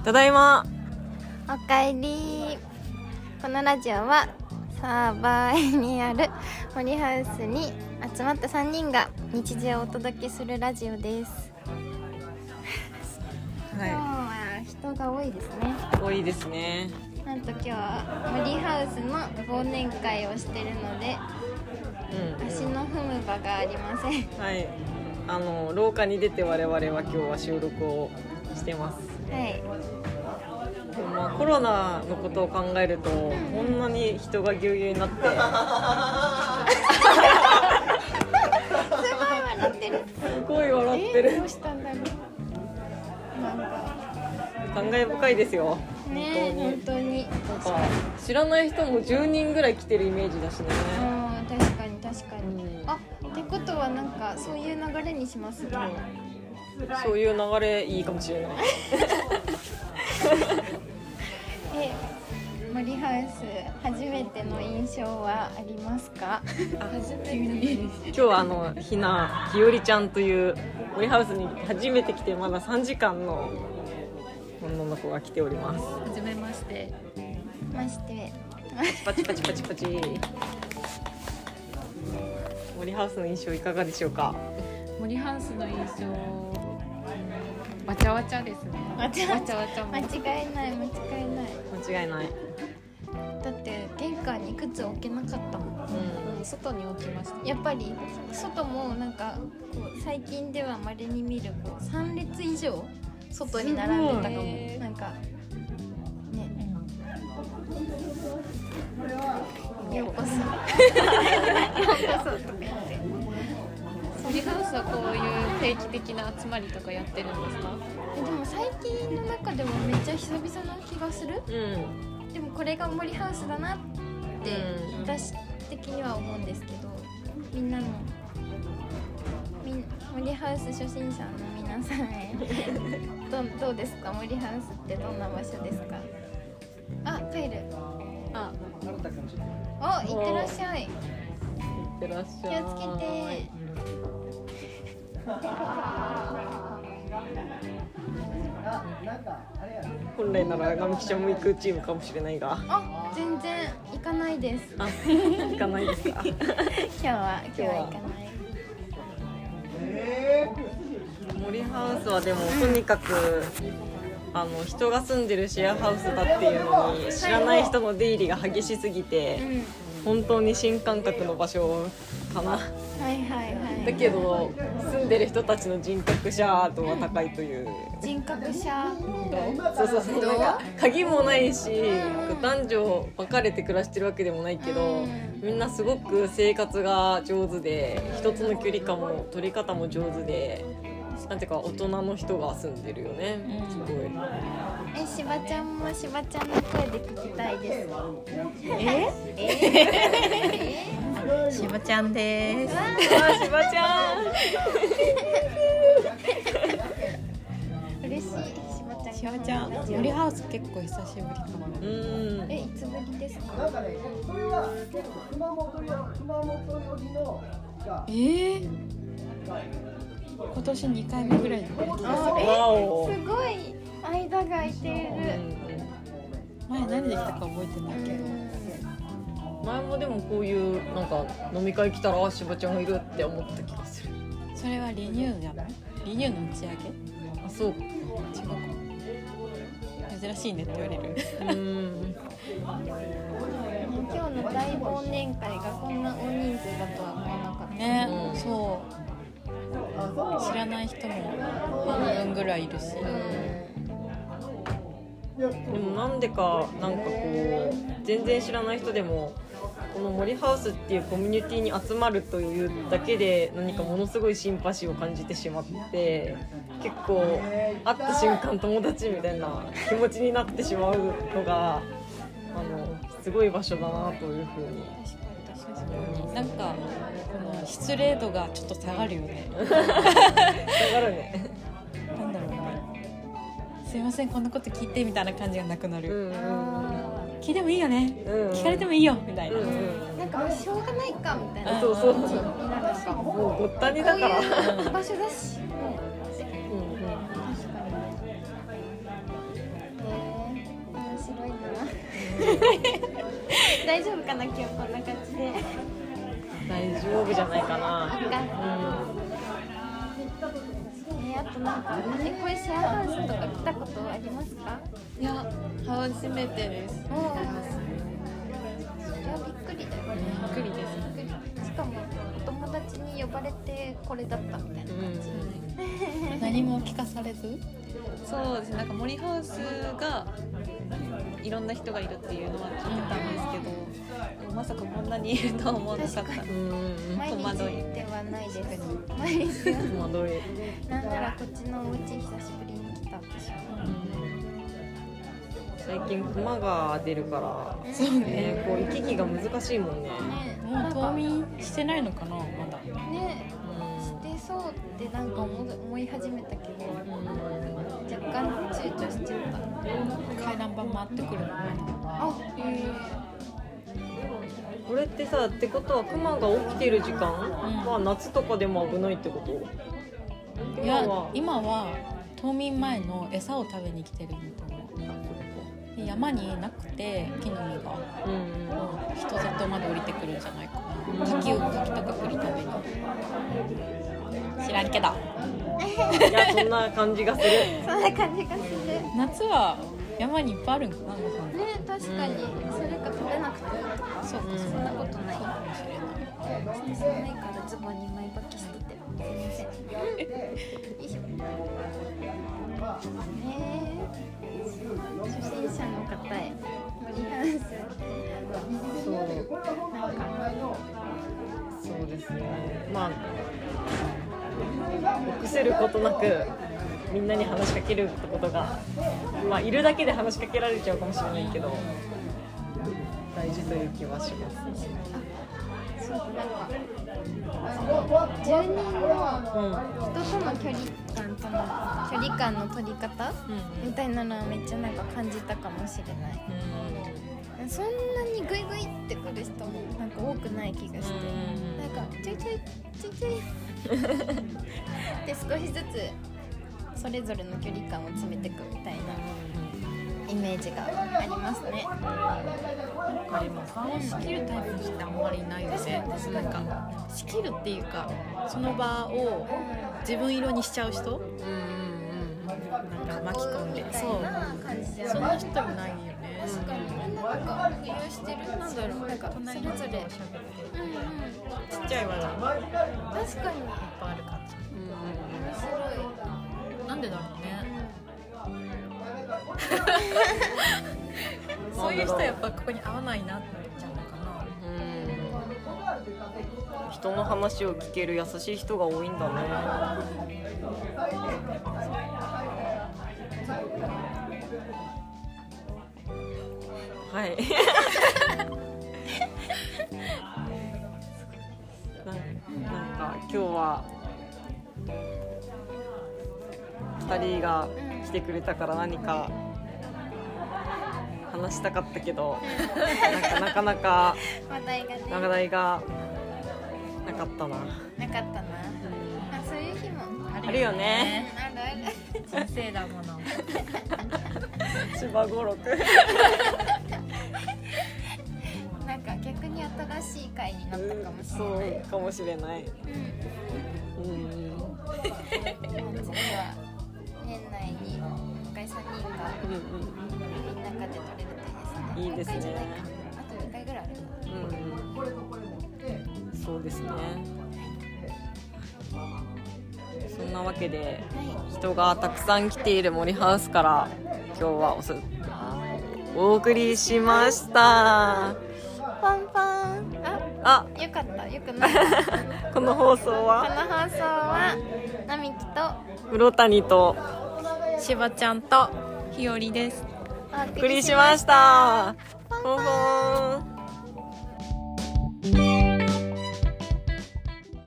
ただいま。 おかえり。このラジオはサーバーにある森ハウスに集まった3人が日常をお届けするラジオです。今日は人が多いですね。 多いですね。 なんと今日は森ハウスの忘年会をしてるので、足の踏む場がありません。 はい、廊下に出て我々は今日は収録をしてます。 はい。 でもまあコロナのことを考えると、こんなに人がぎゅうぎゅうになってすごい笑ってる。 どうしたんだろう。なんか感慨深いですよ。 ね、本当に。 なんか知らない人も10人ぐらい来てるイメージだしね。 確かに確かに。あ、ってことはなんかそういう流れにしますね。 そういう流れいいかもしれない。 森ハウス初めての印象はありますか？ 今日はひなひよりちゃんという森ハウスに初めて来てまだ3時間の女の子が来ております。 はじめまして。 パチパチパチパチ。森ハウスの印象いかがでしょうか？ 森ハウスの印象、わちゃわちゃですね。 わちゃわちゃ間違いない。 間違いない。 だって玄関に靴置けなかったもん。 外に置きました。 やっぱり外もなんかこう最近では稀に見るこう3列以上外に並んでたかも。なんかね。ようこそ。ようこそとか言って。 森ハウスはこういう定期的な集まりとかやってるんですか？ でも最近の中ではめっちゃ久々な気がする。でもこれが森ハウスだなって私的には思うんですけど、みんなの森ハウス初心者の皆さんへどうですか？森ハウスってどんな場所ですか？あ、帰る。お、行ってらっしゃい。 いってらっしゃい。 気をつけて。 本来ならガミキちゃんも行くチームかもしれないが、 全然行かないです。 行かないですか？ 今日は行かない。 森ハウスはでもとにかく人が住んでるシェアハウスだっていうのに知らない人の出入りが激しすぎて、本当に新感覚の場所かな。だけど住んでる人たちの人格者度は高いという。 人格者そうなんか鍵もないし、男女分かれて暮らしてるわけでもないけど、みんなすごく生活が上手で、人との距離感も取り方も上手で、なんていうか大人の人が住んでるよね。すごい。 しばちゃんもしばちゃんの声で聞きたいです。 しばちゃんです。 しばちゃん。 嬉しい。 しばちゃん。森ハウス結構久しぶりかも。 いつぶりですか？ 今年2回目ぐらいの気がする。 すごい間が空いている。 前何で来たか覚えてないけど、 前もでもこういうなんか飲み会来たらしばちゃんがいるって思った気がする。 それはリニューじゃない？リニューの打ち上げ？ あ、そうか。 違うか。珍しいねって言われる。 今日の大忘年会がこんな大人数だとは思わなかったね。そう。知らない人も半分ぐらいいるし。 でもなんでかなんかこう全然知らない人でもこの森ハウスっていうコミュニティに集まるというだけで何かものすごいシンパシーを感じてしまって、結構会った瞬間友達みたいな気持ちになってしまうのがすごい場所だなというふうに。 なんかこの失礼度がちょっと下がるよね。 下がるね。 なんだろうね。すいませんこんなこと聞いてみたいな感じがなくなる。聞いてもいいよね。聞かれてもいいよみたいな。 なんかもうしょうがないかみたいな。 そうもうごったにだから。 こういう場所だし。確かに。 大丈夫かな今日こんな感じで。 大丈夫じゃないかな。 あとなんかこれシェアハウスとか来たことありますか？ いや初めてです。 それはびっくりだよね。 びっくりです。 しかもお友達に呼ばれてこれだったみたいな感じ、 何も聞かされず。そうですね、なんか森ハウスがいろんな人がいるっていうのは聞いてたんですけど、まさかこんなにいるとは思わなかった。 毎日ではないです。毎日は戸惑い。 なんならこっちのお家久しぶりに来た私は。 最近クマが出るから、 そうね、 こう行き来が難しいもんね。 もう冬眠してないのかなまだ。 ね、してそうってなんか思い始めたけど、若干躊躇しちゃった。 回覧板回ってくるの。 これってさ、ってことはクマが起きてる時間は夏とかでも危ないってこと？ いや、今は冬眠前の餌を食べに来てるみたいな。山になくて木の実が、人里まで降りてくるんじゃないかな。柿とか栗食べに。知らんけど。 いや、そんな感じがする。 そんな感じがする。 夏は山にいっぱいあるんかな。 ね、確かに。それか食べなくていいとか。 そうか、 そんなことないかもしれない。寒いからズボンに前履きしてて。すいません。よいしょ。初心者の方へ森ハウス。 そうですね。まあ臆せることなくみんなに話しかけるってことが、まあいるだけで話しかけられちゃうかもしれないけど、大事という気はします。 そう、なんか住人の人との距離感の取り方、みたいなのはめっちゃなんか感じたかもしれない。そんなにグイグイってくる人もなんか多くない気がして、なんかちょいちょいで少しずつそれぞれの距離感を詰めていくみたいなイメージがありますね。 わかります。仕切るタイプの人ってあんまりいないよね。なんか仕切るっていうか、その場を自分色にしちゃう人、なんか巻き込んで、そう感じじゃん。 そんな人いないよね。 確かにみんななんか共有してる、なんだろう、なんかそれぞれちっちゃい輪がいっ確かにぱいある感じ。 面白い。 なんでだろうね。そういう人はやっぱここに合わないなって思っちゃうのかな。 人の話を聞ける優しい人が多いんだね。はい。なんか今日は2人が来てくれたから何か話したかったけど、なかなか話題がね、 話題がなかったな。 なかったな。そういう日もあるよね。 あるある。 人生だもの。 千葉語録。 なんか逆に新しい回になったかもしれない。 そうかもしれない。 次は年内に今回3人がみんなで撮れるといいですね。 いいですね。 あと2回ぐらいある。 そうですね。そんなわけで、人がたくさん来ている森ハウスから今日はお送りしました。 パンパン。 あ、 よかった、よくない。 この放送は並木と室谷としばちゃんとひよりです。 おお送りしました。ポンポン。